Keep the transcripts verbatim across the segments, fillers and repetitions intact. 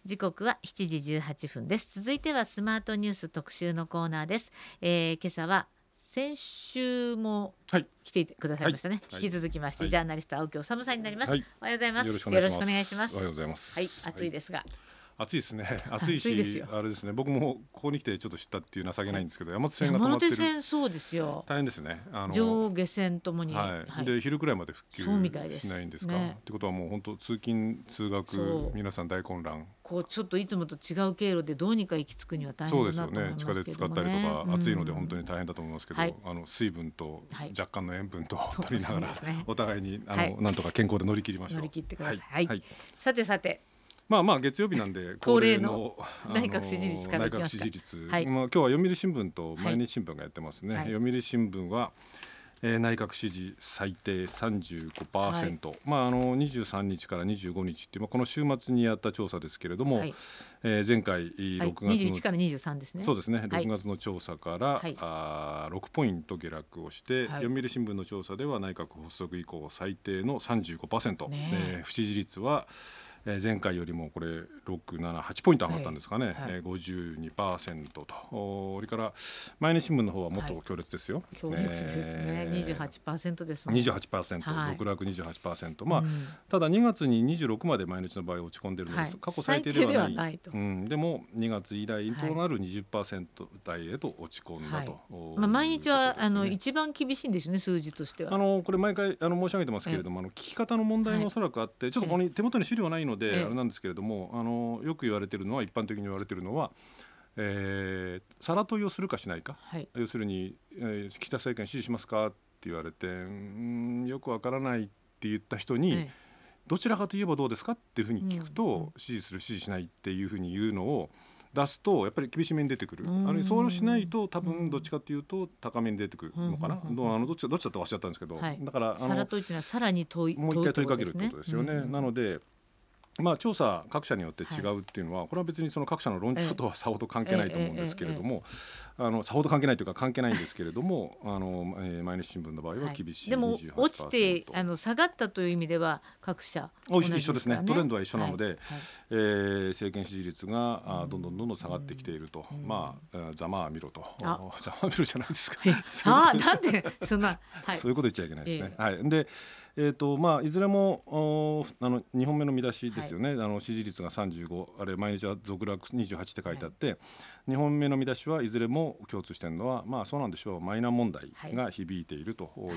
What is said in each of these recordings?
時刻はしちじじゅうはっぷんです。続いてはスマートニュース特集のコーナーです。えー、今朝は先週もはい来てくださいましたね、 はい引き続きまして、 はいジャーナリスト青木治さんになります、 はい、 おはようございます。 よろしくお願いします。 よろしくお願いします。 おはようございます。 はい、暑いですが、 暑いですね。暑いし暑いですよ。 あれですね、僕もここに来てちょっと知ったっていう情けないんですけど、山手線が止ま山ってる。 手線そうですよ。 大変ですね。あの上下線ともに、 はいはいで昼くらいまで復そうみたいです旧しないんですか。 ねってことはもう本当通勤通そ学う皆さん大混乱。 こうちょっといつもと違う経路でどうにか行き着くには大そう変だなと思いですよね。地下ますけ鉄使ったどもね。 りとか、暑いのでうん本当に大変だと思いますけど、 はいあの水分とはい若干の塩分とそう取りながら、 そうですねお互いにあの、 はいなんとか健康で乗り切りましょう。 乗り切ってください。 ははいい、 はいさてさて、 まあまあ月曜日なんで恒例の恒例のあの内閣支持率からいきますか。 内閣支持率、 はいまあ、今日は読売新聞と毎日新聞がやってますね、 はい読売新聞は、えー内閣支持最低 さんじゅうごパーセント、はいまあ、あのにじゅうさんにちからにじゅうごにちっていう、まあ、この週末にやった調査ですけれども、 はいえー前回はい、 ろくがつの、 にじゅういちからにじゅうさんですね。 そうですね、 はいろくがつの調査から、 はいあーろくポイント下落をして、 はい読売新聞の調査では内閣発足以降最低の さんじゅうごパーセント、 ねええー不支持率はえー前回よりもこれろく、なな、はちポイント上がったんですかね、 はいはいえー、ごじゅうにパーセント と、おそれから毎日新聞の方はもっと強烈ですよ、 強烈ですね。にじゅうはちパーセントですもん。 にじゅうはちパーセント、 はい続落 にじゅうはちパーセント、まあうんただにがつににじゅうろくまで毎日の場合落ち込んでるので、 はい過去最低ではない、 最低ではないとうん、でもにがつ以来となる にじゅっパーセント 台へと落ち込んだと、 はいおまあ、毎日は、 いうことですねあの一番厳しいんですよね、数字としては。 あのこれ毎回あの申し上げてますけれども、あの聞き方の問題がおそらくあって、ちょっとここに手元に資料ないので、 ええあれなんですけれども、あのよく言われているのは、一般的に言われているのは、えー、さら問いをするかしないか、 はい要するに、えー、岸田政権支持しますかって言われて、うーんよくわからないって言った人に、 ええどちらかといえばどうですかっていうふうに聞くと、 うんうん支持する支持しないっていうふうに言うのを出すとやっぱり厳しめに出てくる。 うんあのそうしないと多分どっちかというと高めに出てくるのかな、 うんうんうんどうあのどっちどっちだとおっしゃったんですけど、 はいだからあさらの問いっていうのはさらに問いもう一回問いかけるってことですよね。 うんなのでまあ、調査各社によって違うっていうのは、これは別にその各社の論調とはさほど関係ないと思うんですけれども、あのさほど関係ないというか関係ないんですけれども、あの、えー毎日新聞の場合は厳しいでもにじゅうはちパーセント、 落ちてあの下がったという意味では各社同じお一緒ですね。トレンドは一緒なので、 はいはいえー政権支持率があどんどんどんどん下がってきていると、まあえーざまあ見ろと、 あざまあ見ろじゃないですか。 ああなんでそんな、はいそういうこと言っちゃいけないですね。 えはい。で、えーとまあ、いずれもおあのにほんめの見出しですよね、あの支持率がさんじゅうご、あれ毎日は続落にじゅうはちって書いてあって、にほんめの見出しはいずれも共通しているのは、まあそうなんでしょう、マイナ問題が響いているという、 はい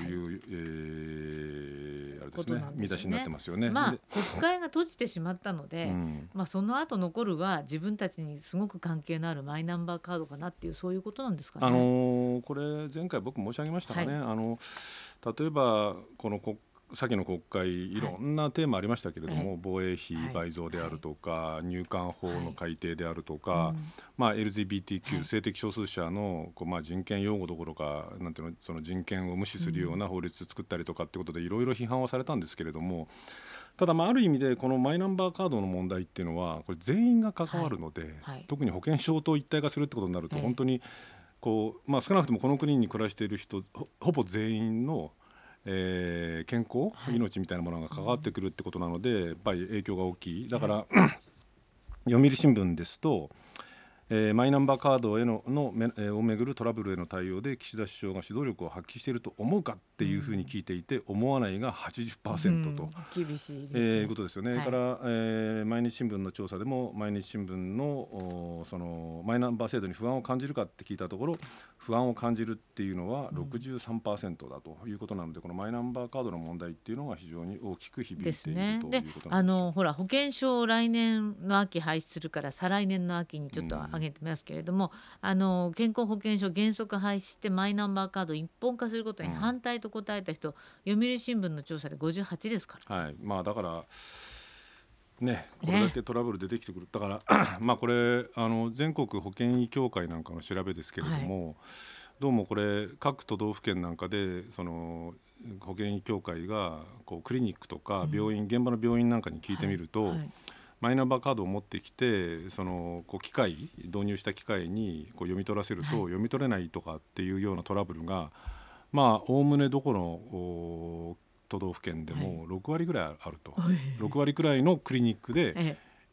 えーあれですね、 ことなんですよね見出しになってますよね。 まあで国会が閉じてしまったので、 うんまあ、その後残るは自分たちにすごく関係のあるマイナンバーカードかなっていう、そういうことなんですかね。 あのーこれ前回僕申し上げましたかね、 はいあの例えばこの国先の国会いろんなテーマありましたけれども、 はい防衛費倍増であるとか、入管法の改定であるとか、 はいうんまあ、エルジービーティーキュー、 はい性的少数者のこう、まあ、人権擁護どころかなんていうの、その人権を無視するような法律を作ったりとかってことでいろいろ批判はされたんですけれども、ただまあある意味でこのマイナンバーカードの問題っていうのはこれ全員が関わるので、 はいはい特に保険証と一体化するってことになるとええ本当にこう、まあ、少なくともこの国に暮らしている人 ほ, ほぼ全員の、えー健康、 はい命みたいなものが関わってくるってことなので、やっぱり影響が大きい。だから、読売新聞ですと、えーマイナンバーカードへののめ、えーをめぐるトラブルへの対応で岸田首相が指導力を発揮していると思うかっていうふうに聞いていて、思わないが はちじゅっパーセント と、 うん厳しいですね、 えーいうことですよね。 はいから、えー毎日新聞の調査でも毎日新聞のおそのマイナンバー制度に不安を感じるかって聞いたところ、不安を感じるっていうのは ろくじゅうさんパーセント だということなので、このマイナンバーカードの問題っていうのが非常に大きく響いでているすね。でということあなんですよ。 のほら保険証を来年の秋廃止するから再来年の秋にちょっと上げてますけれども、あの健康保険証原則廃止してマイナンバーカード一本化することに反対と答えた人、読売新聞の調査でごじゅうはちですから。 はい、まあだからね、これだけトラブル出てきてくる、だからまあこれあの全国保険医協会なんかの調べですけれども、どうもこれ各都道府県なんかでその保険医協会がこうクリニックとか病院、現場の病院なんかに聞いてみると、 はいはいマイナンバーカードを持ってきてそのこう機械導入した機械にこう読み取らせると、 はい読み取れないとかっていうようなトラブルがまあおおむねどこのお都道府県でもろくわりぐらいあると、 はいろくわりくらいのクリニックでええ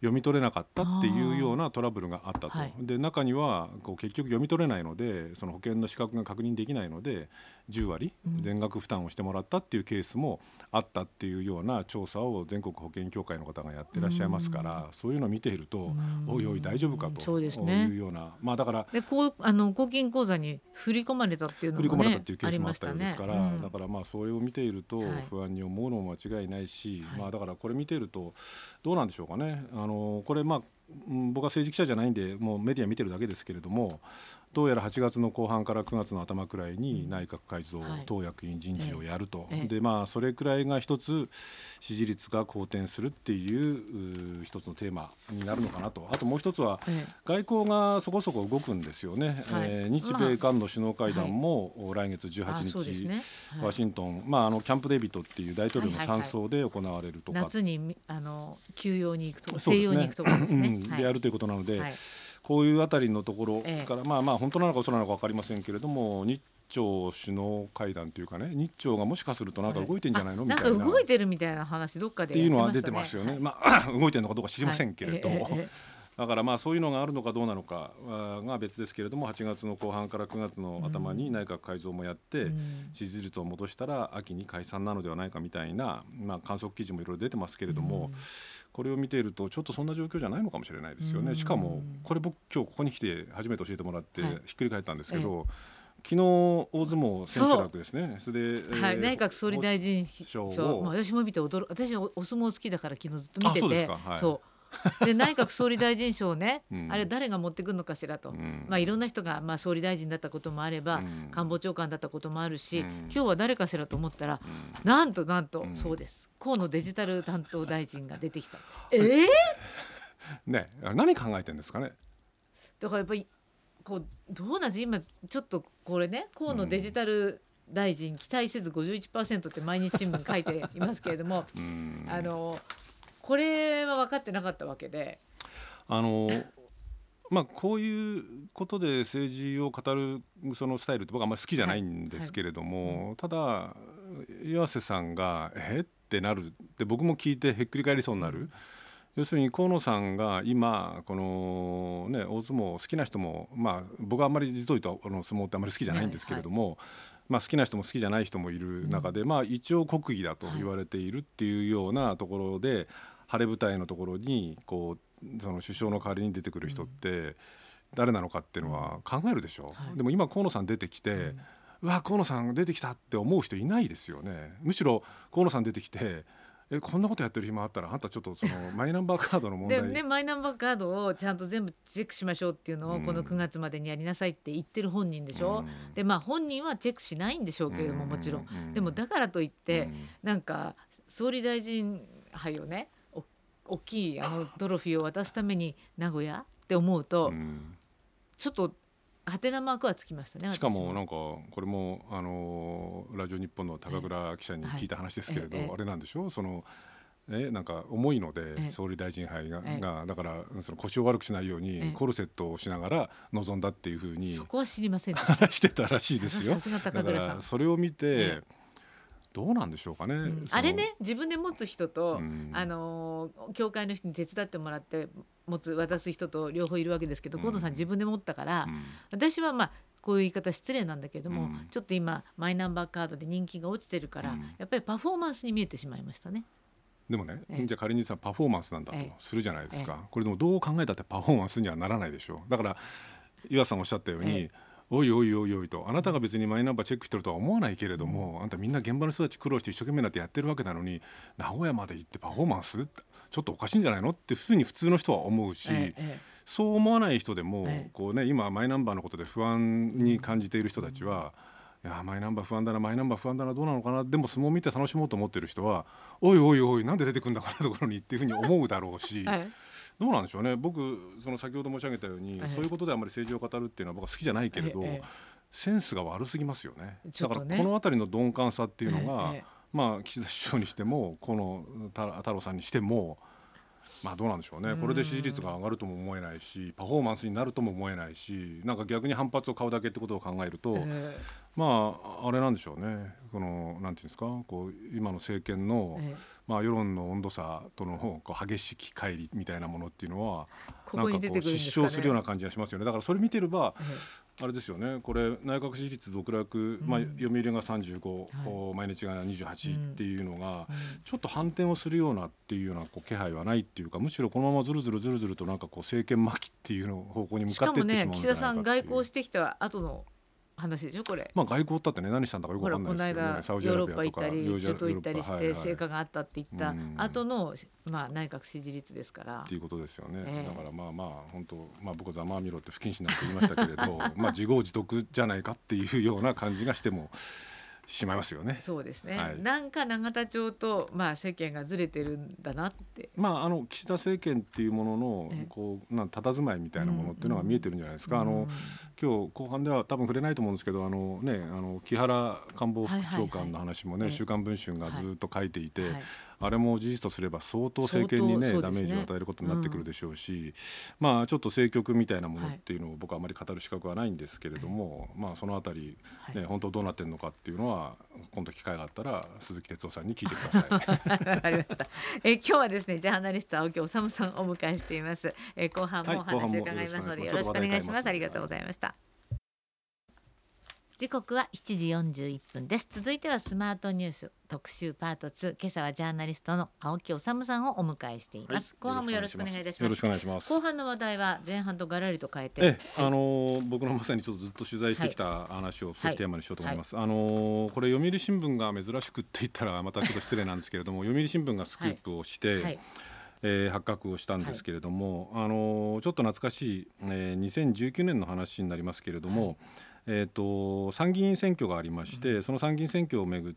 読み取れなかったっていうようなトラブルがあったと、 はい、 で中にはこう結局読み取れないのでその保険の資格が確認できないのでじゅうわり全額負担をしてもらったっていうケースもあったっていうような調査を全国保険協会の方がやってらっしゃいますから、そういうのを見ているとおいおい大丈夫かとそうですね、 いうような、まあだからでこうあの公金口座に振り込まれたっていうのもね、 振り込まれたっていうケースもあったようですから、 ありましたね、うん、 だからまあそれを見ているとはい不安に思うのも間違いないし、 はい、 まあだからこれ見ているとどうなんでしょうかね。あのこれまあ僕は政治記者じゃないんでもうメディア見てるだけですけれども、どうやらはちがつの後半からくがつの頭くらいに内閣改造、 はい、 党役員人事をやると、 ええ、 でまあそれくらいが一つ支持率が好転するっていう一つのテーマになるのかなと。あともう一つは、ええ、外交がそこそこ動くんですよね、はい、えー、日米韓の首脳会談も来月じゅうはちにち、ね、はい、ワシントン、まあ、あのキャンプデービッドっていう大統領の山荘で行われるとか、はいはいはい、 夏にあの休養に行くとか静養に行くとかですね、 でやるということなので、はい、こういうあたりのところから、ええ、まあまあ本当なのか嘘なのか分かりませんけれども、日朝首脳会談というかね、日朝がもしかするとなんか動いてんじゃないの、はい、みたいな、 なんか動いてるみたいな話どっかでやってましたね、っていうのはやって出てますよね、はい、まあ、動いてるのかどうか知りませんけれど、はい、ええええ、だからまあそういうのがあるのかどうなのかが別ですけれども、はちがつの後半からくがつの頭に内閣改造もやって支持率を戻したら秋に解散なのではないかみたいな、まあ、観測記事もいろいろ出てますけれども、これを見ているとちょっとそんな状況じゃないのかもしれないですよね。しかもこれ僕今日ここに来て初めて教えてもらってひっくり返ったんですけど、はい、昨日大相撲千秋楽ですね、それで、 はい、えー、内閣総理大臣賞を、まあ、私も見て驚、私はお相撲好きだから昨日ずっと見てて、 あ、そうですか、はい、 そうで内閣総理大臣賞ね、 うん、 あれ誰が持ってくるのかしらと、うん、まあ、いろんな人が、まあ、総理大臣だったこともあれば、うん、官房長官だったこともあるし、うん、今日は誰かしらと思ったら、うん、なんとなんと、うん、そうです、河野デジタル担当大臣が出てきた。えーね、何考えてるんですかね。 だからやっぱりこうどうなんです今ちょっとこれね、河野デジタル大臣期待せず ごじゅういちパーセント って毎日新聞書いていますけれども、うん、あのこれは分かってなかったわけで、 あのまあ、こういうことで政治を語るそのスタイルって僕はあんまり好きじゃないんですけれども、はいはい、ただ岩瀬さんがえってなるって僕も聞いてへっくり返りそうになる、うん、要するに河野さんが今この、ね、大相撲好きな人も、まあ、僕はあんまり実を言うとあの相撲ってあんまり好きじゃないんですけれども、はい、まあ、好きな人も好きじゃない人もいる中で、うん、まあ、一応国技だと言われているっていうようなところで、はい、晴れ舞台のところにこうその首相の代わりに出てくる人って誰なのかっていうのは考えるでしょ、うん、でも今河野さん出てきて、うん、うわ河野さん出てきたって思う人いないですよね。むしろ河野さん出てきてえこんなことやってる暇あったらあんたちょっとそのマイナンバーカードの問題で、ね、マイナンバーカードをちゃんと全部チェックしましょうっていうのをこのくがつまでにやりなさいって言ってる本人でしょ、うん、でまあ本人はチェックしないんでしょうけれども、もちろん、うん、でもだからといって、うん、なんか総理大臣杯をね大きいあのトロフィーを渡すために名古屋って思うと、うん、ちょっとハテナマークはつきましたね。 しかもなんかこれもあのラジオ日本の高倉記者に聞いた話ですけれど、えええ、あれなんでしょう、そのえなんか重いので総理大臣杯 が,、がだからその腰を悪くしないようにコルセットをしながら臨んだっていうふうにそこは知りません話してたらしいですよ。 さすが高倉さん。 だからそれを見てどうなんでしょうかね、うん、 あれね、自分で持つ人と、うん、あの教会の人に手伝ってもらって持つ渡す人と両方いるわけですけど、河野さん自分で持ったから、うん、私はまあこういう言い方失礼なんだけども、うん、ちょっと今マイナンバーカードで人気が落ちてるから、うん、やっぱりパフォーマンスに見えてしまいましたね。 でもね、じゃあ仮にさパフォーマンスなんだとするじゃないですか、これでもどう考えたってパフォーマンスにはならないでしょ。だから岩さんおっしゃったように、おいおいおいおいと、あなたが別にマイナンバーチェックしてるとは思わないけれども、うん、あんたみんな現場の人たち苦労して一生懸命になってやってるわけなのに名古屋まで行ってパフォーマンスちょっとおかしいんじゃないのって普通に普通の人は思うし、ええ、そう思わない人でも、ええこうね、今マイナンバーのことで不安に感じている人たちは、うん、いやマイナンバー不安だなマイナンバー不安だなどうなのかな、でも相撲見て楽しもうと思ってる人はおいおいおいなんで出てくるんだこのところにっていうふうに思うだろうし、はいどうなんでしょうね。僕その先ほど申し上げたように、はい、そういうことであんまり政治を語るっていうのは僕は好きじゃないけれど、はい、センスが悪すぎますよね。だからこのあたりの鈍感さっていうのが、まあ、岸田首相にしても河野太郎さんにしてもまあどうなんでしょうね。これで支持率が上がるとも思えないし、パフォーマンスになるとも思えないし、なんか逆に反発を買うだけってことを考えると、 えまああれなんでしょうね。このなんていうんですか、こう今の政権の、 えええまあ世論の温度差とのこう激しき乖離みたいなものっていうのは、 こなんかこうこに出てくるんです失かね。 笑するような感じがしますよね。だからそれ見てればえあれですよね。これ内閣支持率独楽、まあうん読売がさんじゅうご、 はいこう毎日がにじゅうはちっていうのが、 うんちょっと反転をするようなっていうようなこう気配はないっていうか、むしろこのままずるずるずるずるとなんかこう政権巻きっていうの方向に向しかっていってしかもね、岸まうんじゃないか田さん外っていう。 交してきた後の話でしょこれ。 まあ外交だってね、何したんだかよくほらわかんないこの間ですけどね。サウジヨーアラビアとかロッパ行ったりヨージャ中東行ったりしヨーロッパはいはいて成果があったって言ったうん後の、まあ、内閣支持率ですからっていうことですよね。 ええだからまあまあ本当、まあ僕はざまあみろって不謹慎なこと言いましたけれど、まあ自業自得じゃないかっていうような感じがしてもしまいますよね。 そうですね、 はい。 なんか永田町と、まあ、世間がずれてるんだなって。 まあ、あの岸田政権っていうもののええこうなん佇まいみたいなものっていうのが見えてるんじゃないですか。 うんあの今日後半では多分触れないと思うんですけど、あの、ね、あの木原官房副長官の話もね、 はいはいはい週刊文春がずっと書いていて、 はいあれも事実とすれば相当政権にね相当そうですねダメージを与えることになってくるでしょうし、まあちょっと政局みたいなものっていうのを僕はあまり語る資格はないんですけれども、まあそのあたり、ねはい本当どうなってるのかっていうのは今度機会があったら鈴木哲夫さんに聞いてください。 わかりました。え今日はですねジャーナリスト青木治さんをお迎えしています。え後半もおはい後半も話を伺いますのでよろしくお願いしますよろしくお願いします。 ちょっと話題変えますありがとうございました。時刻はしちじよんじゅういっぷんです。続いてはスマートニュース特集パートツー。今朝はジャーナリストの青木治さんをお迎えしています。後半もよろしくお願いいたしよろします。 くお願いします。 後半の話題は前半とガラリと変えて、 えあのー僕のまさにちょっとずっと取材してきた話を少しテーマにしようと思います。あのーこれ読売新聞が珍しくって言ったらまたちょっと失礼なんですけれども読売新聞がスクープをして、 はいえー発覚をしたんですけれども、あのーちょっと懐かしい、えーにせんじゅうきゅうねんの話になりますけれども、えー、と参議院選挙がありまして、その参議院選挙をめぐって、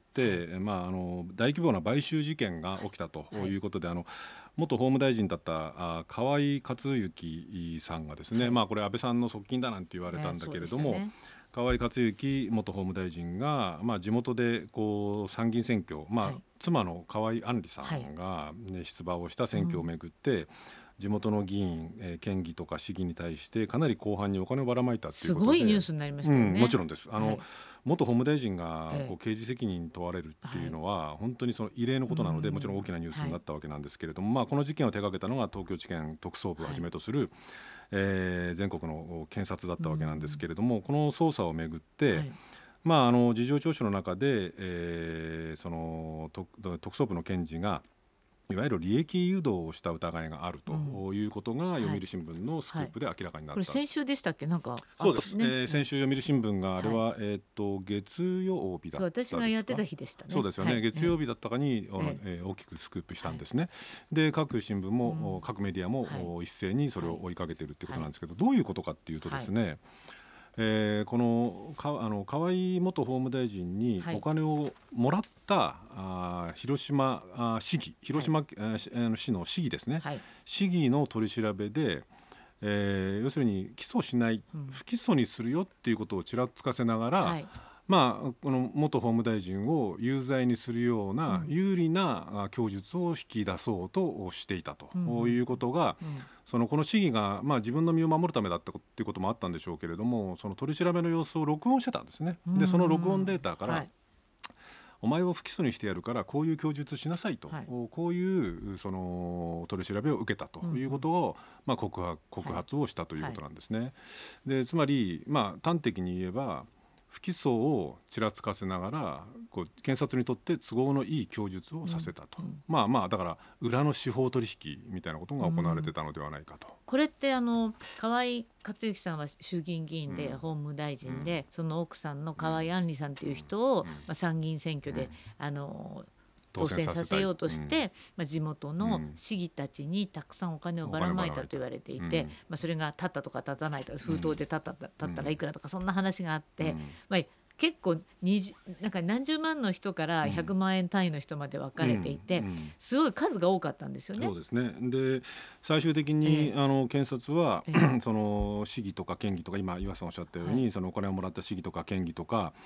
まあ、あの大規模な買収事件が起きたということで、あの元法務大臣だったあ河井克行さんがですね、まあ、これ安倍さんの側近だなんて言われたんだけれども、 ねそうでしたね河井克行元法務大臣が、まあ、地元でこう参議院選挙、まあはい妻の河井案里さんが、ね出馬をした選挙をめぐって、地元の議員、えー県議とか市議に対してかなり広範にお金をばらまいたというすことで、 ごいニュースになりましたよね。 うん、もちろんです。あの、 はい元法務大臣がええこう刑事責任問われるっていうのは、本当にその異例のことなので、 うんもちろん大きなニュースになったわけなんですけれども、まあ、この事件を手掛けたのが東京地検特捜部をはじめとする、えー全国の検察だったわけなんですけれども、この捜査をめぐって、 はいまあ、あの事情聴取の中で、えーその特特捜部の検事がいわゆる利益誘導をした疑いがあるということが、読売新聞のスクープで明らかになった。 これ先週でしたっけなんかそうです、 ねえー先週読売新聞があれは、えーっと月曜日だそうったですか。 私がやってた日でしたね。 そうですよね、 はい月曜日だったかに、あのええー大きくスクープしたんですね。で各新聞も、 うん各メディアも、 はいお一斉にそれを追いかけてるっていうことなんですけど、どういうことかっていうとですね、えーこのかあの河井元法務大臣にはいお金をもらった、あー広島あー市議広島、えーしあの市の市議ですね、 はい市議の取り調べで、えー要するに起訴しない、 うん不起訴にするよっていうことをちらつかせながら、 はいまあ、この元法務大臣を有罪にするようなうん有利なあ供述を引き出そうとしていたとうんいうことが、 うんそのこの市議が、まあ、自分の身を守るためだったっていうこともあったんでしょうけれども、その取り調べの様子を録音してたんですね。でその録音データから、 はいお前を不起訴にしてやるからこういう供述しなさいと、 はいこういうその取り調べを受けたということを、まあ、告発、告発をしたということなんですね。でつまり、まあ、端的に言えば不起訴をちらつかせながらこう検察にとって都合のいい供述をさせたと、まあまあだから裏の司法取引みたいなことが行われてたのではないかと。 これってあの河井克行さんは衆議院議員で、 うん法務大臣で、その奥さんの河井案里さんという人を、 うんまあ、参議院選挙で、 うんあの当選させようとして、 うんまあ、地元の市議たちにたくさんお金をばらまいたと言われていて、 お金ばらまいたうんまあ、それが立ったとか立たないとか封筒で立った,、立ったらいくらとかそんな話があって、 うんまあ、結構にじゅうなんか何十万の人からひゃくまんえん単位の人まで分かれていて、 うんうんすごい数が多かったんですよね。 そうですね。で最終的に、 ええあの検察は、 えその市議とか県議とか今岩さんおっしゃったように、そのお金をもらった市議とか県議とか、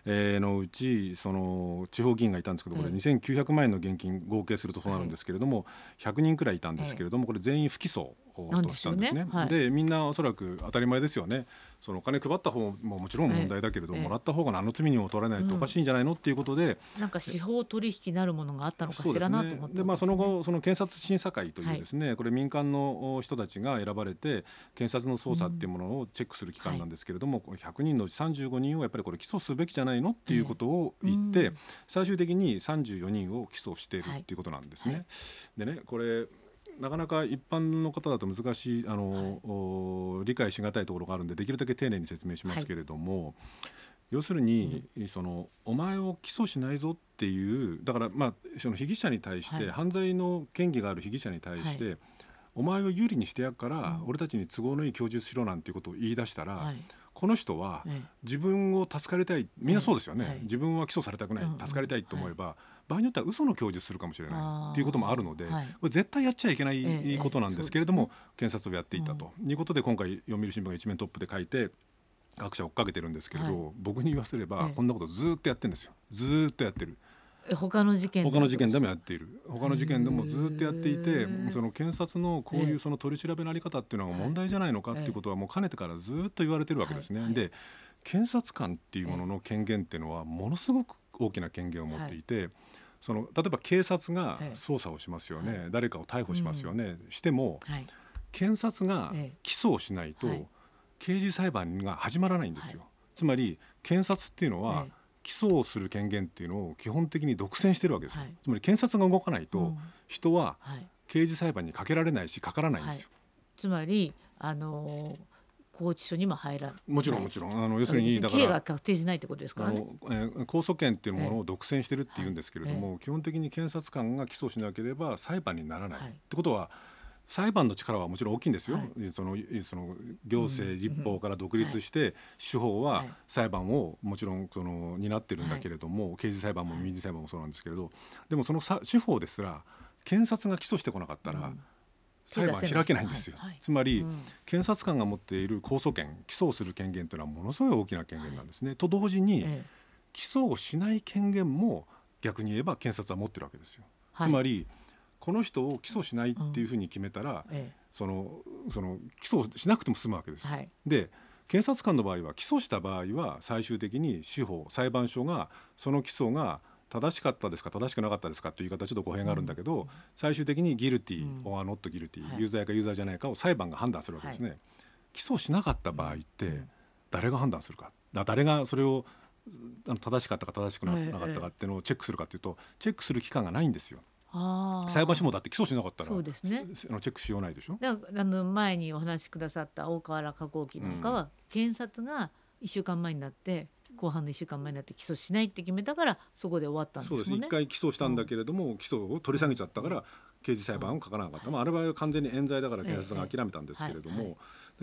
えーのうちその地方議員がいたんですけど、これにせんきゅうひゃくまんえんの現金合計するとそうなるんですけれども、ひゃくにんくらいいたんですけれども、これ全員不起訴としたんですね。 はい、 でみんなおそらく当たり前ですよね。そのお金配った方ももちろん問題だけれど、もらった方が何の罪にも取られないとおかしいんじゃないのっていうことで、 うん、なんか司法取引なるものがあったのかしらなと思って、ね、 で、まあ、その後その検察審査会というですね、はい、これ民間の人たちが選ばれて検察の捜査っていうものをチェックする機関なんですけれども、うん、ひゃくにんのうちさんじゅうごにんをやっぱりこれ起訴すべきじゃないのっていうことを言って、えーうん、最終的にさんじゅうよにんを起訴しているっていうことなんですね。はい、でね、これなかなか一般の方だと難しいあの、はい、理解しがたいところがあるんでできるだけ丁寧に説明しますけれども、はい、要するに、うん、そのお前を起訴しないぞっていうだから、まあ、その被疑者に対して、はい、犯罪の嫌疑がある被疑者に対して、はい、お前を有利にしてやるから、うん、俺たちに都合のいい供述しろなんていうことを言い出したら、はい、この人は自分を助かりたい、みんなそうですよね、はい、自分は起訴されたくない、助かりたいと思えば、はい、場合によっては嘘の供述するかもしれないっていうこともあるので、はい、これ絶対やっちゃいけないことなんですけれども、ええええね、検察をやっていたということで、今回読売新聞が一面トップで書いて各社追っかけてるんですけれど、はい、僕に言わせればこんなことずっとやってるんですよ。ずっとやってる。 他の事件他の事件でもやっている。他の事件でもずっとやっていて、その検察のこういうその取り調べのあり方っていうのが問題じゃないのかっていうことはもうかねてからずっと言われてるわけですね。はいはい、で検察官っていうものの権限っていうのはものすごく大きな権限を持っていて、はい、その例えば警察が捜査をしますよね、はい、誰かを逮捕しますよね、うん、しても、はい、検察が起訴をしないと、はい、刑事裁判が始まらないんですよ。はい、つまり検察っていうのは、はい、起訴をする権限っていうのを基本的に独占してるわけですよ。はい、つまり検察が動かないと人は刑事裁判にかけられないしかからないんですよ。はい、 つまりあのー拘置所にも入らない。 もちろんもちろんあの要するにだから刑が確定しないってことですからね。 あの、えー、控訴権っていうものを独占してるっていうんですけれども、えーはい、基本的に検察官が起訴しなければ裁判にならない、はい、ってことは裁判の力はもちろん大きいんですよ。はい、そのその行政立法から独立して、うんうん、司法は裁判をもちろんその担ってるんだけれども、はい、刑事裁判も民事裁判もそうなんですけれど、でもそのさ司法ですら検察が起訴してこなかったら、うん裁判開けないんですよ。はいはい、つまり、うん、検察官が持っている控訴権起訴する権限というのはものすごい大きな権限なんですね。はい、と同時に、ええ、起訴をしない権限も逆に言えば検察は持ってるわけですよ。はい、つまりこの人を起訴しないっていうふうに決めたら、うんええ、そのその起訴しなくても済むわけです。はい、で検察官の場合は起訴した場合は最終的に司法裁判所がその起訴が正しかったですか正しくなかったですかという言い方はちょっと語弊があるんだけど、うん、最終的にギルティー、うん、オアノットギルティー、はい、有罪か有罪じゃないかを裁判が判断するわけですね。はい、起訴しなかった場合って誰が判断するか、誰がそれを正しかったか正しくなかったかっていうのをチェックするかというとチェックする機関がないんですよ。あ裁判所もだって起訴しなかったらそうです、ね、 あのチェックしようないでしょ。 だからあの前にお話しくださった大河原化工機なんかは、うん、検察がいっしゅうかんまえになって後半のいっしゅうかんまえになって起訴しないって決めたからそこで終わったんですもんね。 そうです。一回起訴したんだけれども、うん、起訴を取り下げちゃったから刑事裁判を書かなかった、うんまあ、あれは完全に冤罪だから検察が諦めたんですけれども、ええはいはい、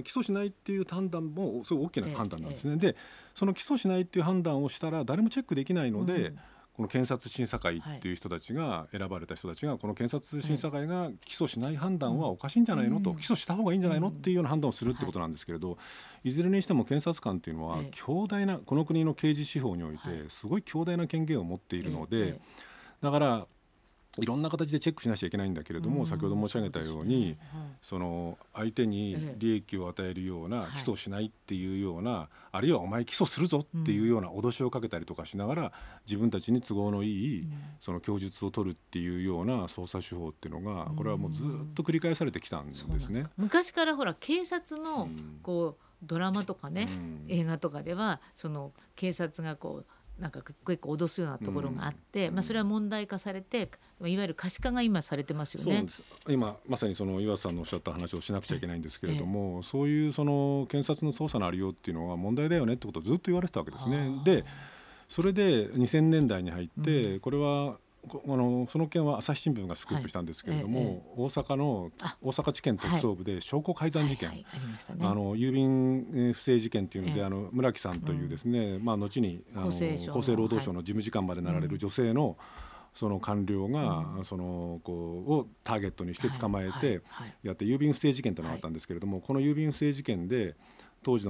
起訴しないっていう判断もすごい大きな判断なんですね。ええ、でその起訴しないっていう判断をしたら誰もチェックできないので、うんこの検察審査会っていう人たちが選ばれた人たちがこの検察審査会が起訴しない判断はおかしいんじゃないのと、起訴した方がいいんじゃないのっていうような判断をするってことなんですけれど、いずれにしても検察官っていうのは強大なこの国の刑事司法においてすごい強大な権限を持っているので、だからいろんな形でチェックしなきゃいけないんだけれども、先ほど申し上げたようにその相手に利益を与えるような起訴しないっていうような、あるいはお前起訴するぞっていうような脅しをかけたりとかしながら自分たちに都合のいいその供述を取るっていうような捜査手法っていうのがこれはもうずっと繰り返されてきたんですね。 昔からほら警察のこうドラマとかね、映画とかではその警察がこうなんか結構脅すようなところがあって、うんまあ、それは問題化されていわゆる可視化が今されてますよね。 そうなんです。今まさにその岩瀬さんのおっしゃった話をしなくちゃいけないんですけれども、ええ、そういうその検察の捜査のありようっていうのは問題だよねってことをずっと言われてたわけですね。でそれでにせんねんだいに入って、うん、これはあのその件は朝日新聞がスクープしたんですけれども、はいええ、大阪の大阪地検特捜部で証拠改ざん事件、はいはいはいありましたね、あの郵便不正事件というので、ええ、あの村木さんというですね、うんまあ、後にあの厚生労働省の事務次官までなられる女性の、はいその官僚が、うん、そのこうをターゲットにして捕まえてやって郵便不正事件というのがあったんですけれども、この郵便不正事件で当時の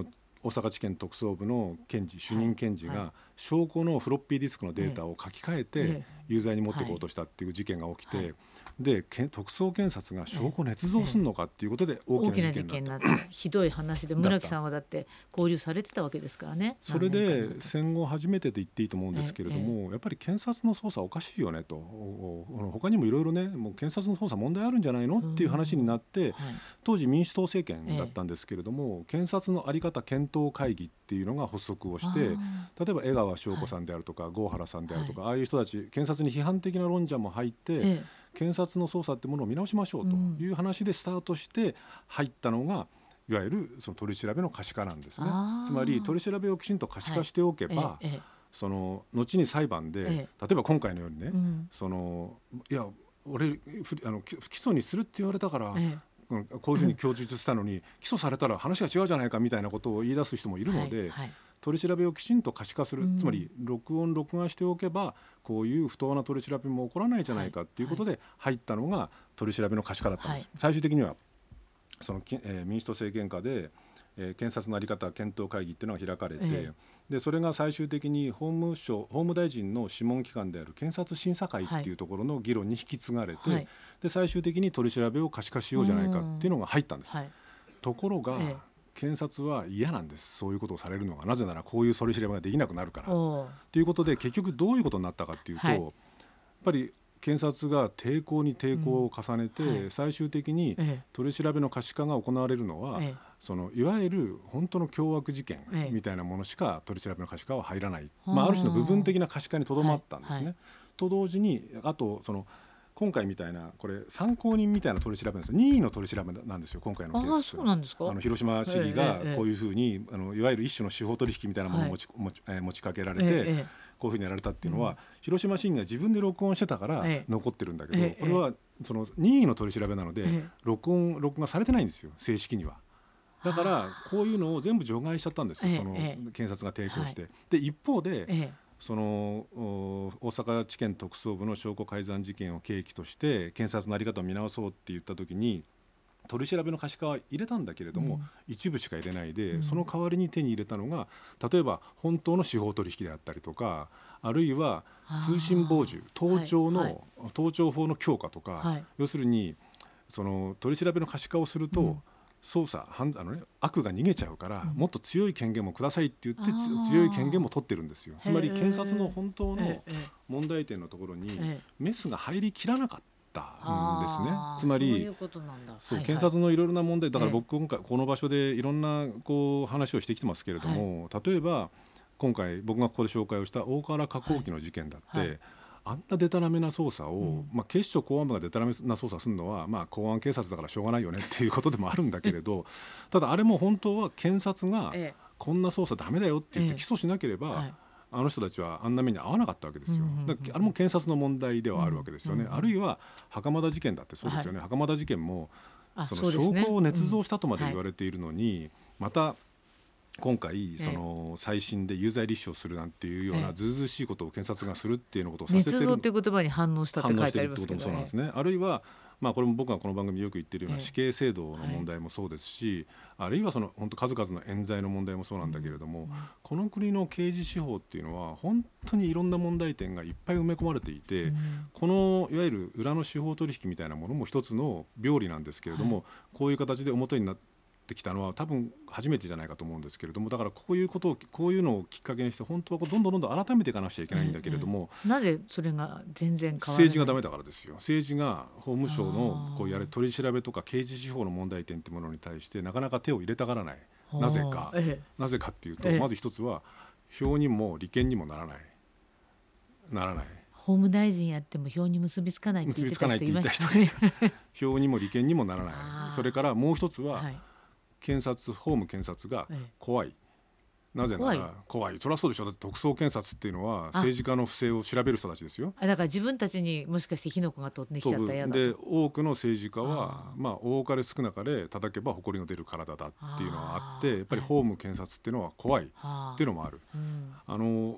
大阪地検特捜部の検事主任検事が、はいはい、証拠のフロッピーディスクのデータを書き換えて有罪に持っていこうとしたっていう事件が起きて、はいはい、で特捜検察が証拠捏造するのかっていうことで大きな事件になった、 大きな事件になったひどい話で村木さんはだって交流されてたわけですからね。 それで戦後初めてと言っていいと思うんですけれども、やっぱり検察の捜査おかしいよねと、他にもいろいろねもう検察の捜査問題あるんじゃないのっていう話になって、はい、当時民主党政権だったんですけれども、検察の在り方検討会議っていうのが発足をして、例えば江川紹子さんであるとか、はい、郷原さんであるとか、はい、ああいう人たち検察に批判的な論者も入って、ええ、検察の捜査ってものを見直しましょうという話でスタートして入ったのが、いわゆるその取り調べの可視化なんですね。つまり取り調べをきちんと可視化しておけば、はいええ、その後に裁判で、ええ、例えば今回のようにね、うん、そのいや俺あの不起訴にするって言われたから、ええ、こういうふうに供述したのに、うん、起訴されたら話が違うじゃないかみたいなことを言い出す人もいるので、はいはい、取り調べをきちんと可視化する、うん、つまり録音録画しておけばこういう不当な取り調べも起こらないじゃないかっていうことで入ったのが取り調べの可視化だったんです、はい、最終的にはその、えー、民主党政権下で、えー、検察の在り方検討会議っていうのが開かれて、ええ、でそれが最終的に法務省法務大臣の諮問機関である検察審査会っていうところの議論に引き継がれて、はい、で最終的に取り調べを可視化しようじゃないかっていうのが入ったんです、はい、ところが、ええ、検察は嫌なんです、そういうことをされるのが。なぜならこういう取り調べができなくなるからということで、結局どういうことになったかっていうと、はい、やっぱり検察が抵抗に抵抗を重ねて、うんはい、最終的に取り調べの可視化が行われるのは、ええ、そのいわゆる本当の凶悪事件みたいなものしか取り調べの可視化は入らない、ええまあ、ある種の部分的な可視化にとどまったんですね、はいはい、と同時にあとその今回みたいなこれ参考人みたいな取り調べなんですよ。任意の取り調べなんですよ今回のケース。 あ、そうなんですか。 あの広島市議がこういうふうに、ええ、あのいわゆる一種の司法取引みたいなものを持ち、はい持ちえー、持ちかけられて、ええ、こういうふうにやられたっていうのは、うん、広島市議が自分で録音してたから残ってるんだけど、ええ、これはその任意の取り調べなので、ええ、録音録画されてないんですよ正式には。だからこういうのを全部除外しちゃったんですよ、ええ、その検察が抵抗して、はい、で一方で、ええその大阪地検特捜部の証拠改ざん事件を契機として検察の在り方を見直そうって言った時に取り調べの可視化は入れたんだけれども、うん、一部しか入れないで、うん、その代わりに手に入れたのが例えば本当の司法取引であったりとか、あるいは通信傍受盗聴の、はいはい、盗聴法の強化とか、はい、要するにその取り調べの可視化をすると、うん捜査あの、ね、悪が逃げちゃうから、うん、もっと強い権限もくださいって言って強い権限も取ってるんですよ。つまり検察の本当の問題点のところにメスが入りきらなかったんですね。つまりそういうことなんだ。そう、はいはい、検察のいろいろな問題だから僕今回この場所でいろんなこう話をしてきてますけれども、はい、例えば今回僕がここで紹介をした大河原加工機の事件だって、はいはいあんなデタラメな捜査を、うんまあ、警視庁公安部がデタラメな捜査するのは、まあ、公安警察だからしょうがないよねっていうことでもあるんだけれどただあれも本当は検察がこんな捜査ダメだよって言って起訴しなければ、ええはい、あの人たちはあんな目に遭わなかったわけですよ、うんうんうん、だからあれも検察の問題ではあるわけですよね、うんうんうん、あるいは袴田事件だってそうですよね、はい、袴田事件もその証拠を捏造したとまで言われているのに、うんはい、また今回その再審で有罪立証するなんていうようなずうずうしいことを検察がするっていうことをさせてる、 捏造という言葉に反応したって書いてありますけどね。反応してるってこともそうなんですね。あるいはまあこれも僕がこの番組でよく言っているような死刑制度の問題もそうですし、あるいはその本当数々の冤罪の問題もそうなんだけれども、この国の刑事司法っていうのは本当にいろんな問題点がいっぱい埋め込まれていて、このいわゆる裏の司法取引みたいなものも一つの病理なんですけれども、こういう形で表になってってきたのは多分初めてじゃないかと思うんですけれども、だからこういうことをこういうのをきっかけにして本当はこうどんどんどんどん改めていかなくちゃいけないんだけれども、 ええ、なぜそれが全然変わらない。 政治がダメだからですよ。政治が法務省のこうやれ取り調べとか刑事司法の問題点っていうものに対してなかなか手を入れたがらない。なぜか、ええ、なぜかっていうと、ええ、まず一つは票にも利権にもならないならない法務大臣やっても票に結びつかないって言ってた人いましたね。 票にも利権にもならない。それからもう一つは、はい、検察法務検察が怖い、ええ、なぜなら怖い、怖いそりゃそうでしょ。だって特捜検察っていうのは政治家の不正を調べる人たちですよ。 あだから自分たちにもしかして火の粉が飛んできちゃったら嫌だと。 で多くの政治家はあ、まあ、多かれ少なかれ叩けば誇りの出る体だっていうのがあって、やっぱり法務検察っていうのは怖いっていうのもある。あ、うん、あの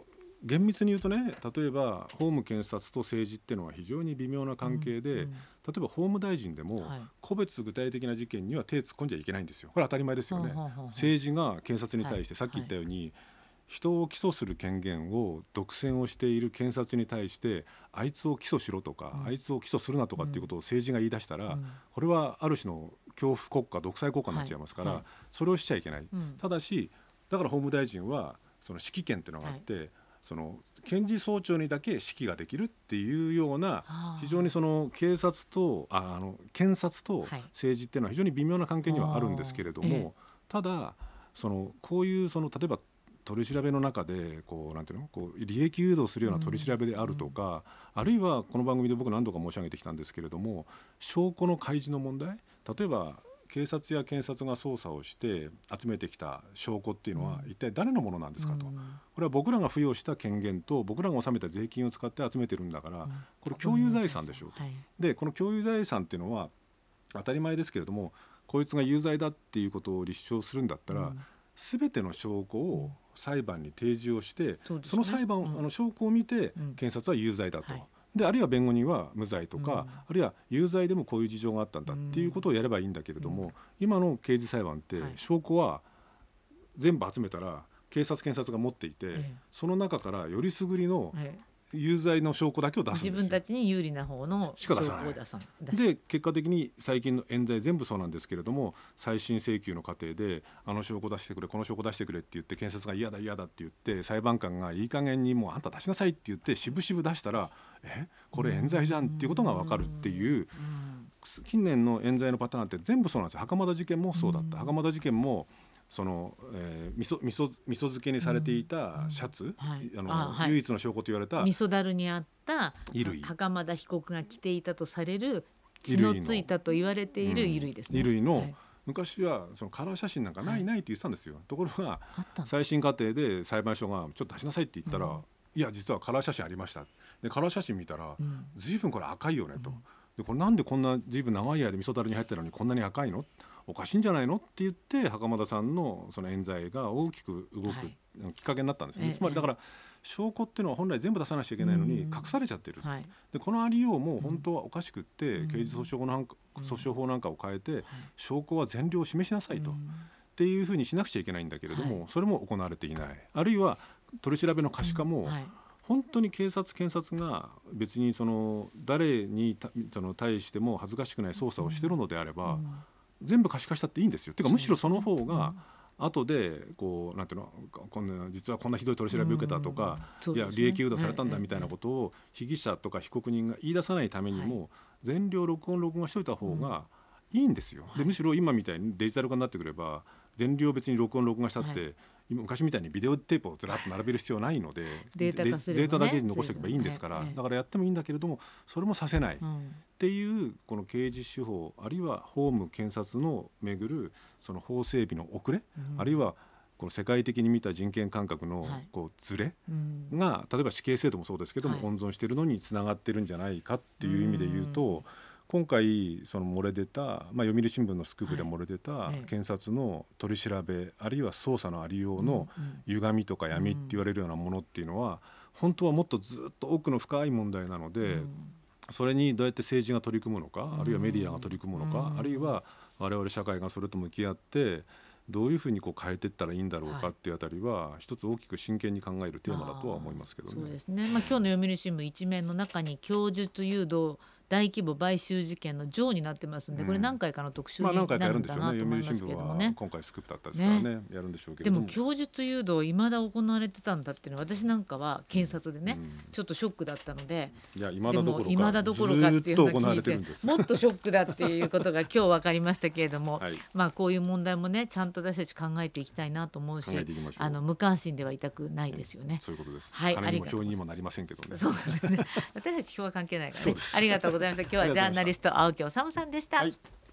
厳密に言うとね、例えば法務検察と政治っていうのは非常に微妙な関係で、うんうん、例えば法務大臣でも個別具体的な事件には手突っ込んじゃいけないんですよ。これ当たり前ですよね、はい、政治が検察に対して、はい、さっき言ったように、はい、人を起訴する権限を独占をしている検察に対してあいつを起訴しろとか、うん、あいつを起訴するなとかっていうことを政治が言い出したら、うん、これはある種の恐怖国家独裁国家になっちゃいますから、はいはい、それをしちゃいけない、うん、ただしだから法務大臣はその指揮権っていうのがあって、はい、その検事総長にだけ指揮ができるっていうような非常にその警察とああの検察と政治っていうのは非常に微妙な関係にはあるんですけれども、はい、ただそのこういうその例えば取り調べの中でこうなんていうのこう利益誘導するような取り調べであるとか、うん、あるいはこの番組で僕何度か申し上げてきたんですけれども、証拠の開示の問題、例えば警察や検察が捜査をして集めてきた証拠っていうのは一体誰のものなんですかと、うん、これは僕らが付与した権限と僕らが納めた税金を使って集めてるんだから、うん、これ共有財産でしょうと、はい、でこの共有財産っていうのは当たり前ですけれども、こいつが有罪だっていうことを立証するんだったら、うん、全ての証拠を裁判に提示をして、うん、その裁判、うん、あの証拠を見て検察は有罪だと、うんはい、であるいは弁護人は無罪とか、うん、あるいは有罪でもこういう事情があったんだっていうことをやればいいんだけれども、うん、今の刑事裁判って証拠は全部集めたら警察検察が持っていて、はい、その中からよりすぐりの有罪の証拠だけを出すんですよ。 自分たちに有利な方の証拠を出さない。 で結果的に最近の冤罪全部そうなんですけれども、再審請求の過程であの証拠出してくれこの証拠出してくれって言って検察が嫌だ嫌だって言って裁判官がいい加減にもうあんた出しなさいって言って渋々出したら、えこれ冤罪じゃんっていうことが分かるっていう、近年の冤罪のパターンって全部そうなんですよ。袴田事件もそうだった。袴田事件もその、えー、味噌、味噌、味噌漬けにされていたシャツ、うんはい、あのあはい、唯一の証拠と言われた味噌だるにあった袴田被告が着ていたとされる血のついたと言われている衣類ですね、 衣類の、はい、昔はそのカラー写真なんかないないって言ってたんですよ、はい、ところが再審過程で裁判所がちょっと出しなさいって言ったら、うん、いや実はカラー写真ありました。でカラー写真見たら、うん、随分これ赤いよねと、うん、でこれなんでこんな随分長い間味噌だるに入ってるのにこんなに赤いの、おかしいんじゃないのって言って袴田さんのその冤罪が大きく動くきっかけになったんですね、はい、つまりだから証拠っていうのは本来全部出さなきゃいけないのに隠されちゃってる、はい、でこのありようも本当はおかしくって、うん、刑事訴訟法なんか、訴訟法なんかを変えて、うん、証拠は全量を示しなさいと、うん、っていうふうにしなくちゃいけないんだけれども、はい、それも行われていない。あるいは取り調べの可視化も、うんはい本当に警察検察が別にその誰にその対しても恥ずかしくない捜査をしているのであれば、うん、全部可視化したっていいんですよ。てかむしろその方が後でこうなんていうのこんな実はこんなひどい取り調べを受けたとか、うん、いや利益誘導されたんだみたいなことを被疑者とか被告人が言い出さないためにも全量録音録画しといた方がいいんですよ。でむしろ今みたいにデジタル化になってくれば全量別に録音録画したって、はい昔みたいにビデオテープをずらっと並べる必要ないのでデータ化すればね、 データだけに残しておけばいいんですから、だからやってもいいんだけれどもそれもさせない、うん、っていうこの刑事司法あるいは法務検察のめぐるその法整備の遅れ、うん、あるいはこの世界的に見た人権感覚のこうズレが、はい、例えば死刑制度もそうですけども、はい、温存しているのにつながってるんじゃないかっていう意味で言うと、うん今回その漏れ出た、まあ、読売新聞のスクープで漏れ出た検察の取り調べあるいは捜査のありようの歪みとか闇って言われるようなものっていうのは本当はもっとずっと奥の深い問題なのでそれにどうやって政治が取り組むのかあるいはメディアが取り組むのかあるいは我々社会がそれと向き合ってどういうふうにこう変えていったらいいんだろうかっていうあたりは一つ大きく真剣に考えるテーマだとは思いますけどね。 そうですね、まあ、今日の読売新聞一面の中に供述誘導大規模買収事件の上になってますんで、これ何回かの特集になるんだなと思いますけどもね。 今回スクープだったですからね、ねやるんでしょうけれども。 でも供述誘導未だ行われてたんだっていうのは私なんかは検察でね、うん、ちょっとショックだったので、 いや未だどころかでも未だどころかっていうのを聞いてもっとショックだっていうことが今日分かりましたけれども、はい、まあこういう問題もねちゃんと私たち考えていきたいなと思うし、あの無関心ではいたくないですよね。 そういうことです。 はい、 金にも票にもなりませんけどね。 そうですね。私たち票は関係ないからね。ありがとうございました。今日はジャーナリスト青木治さんでした。はい。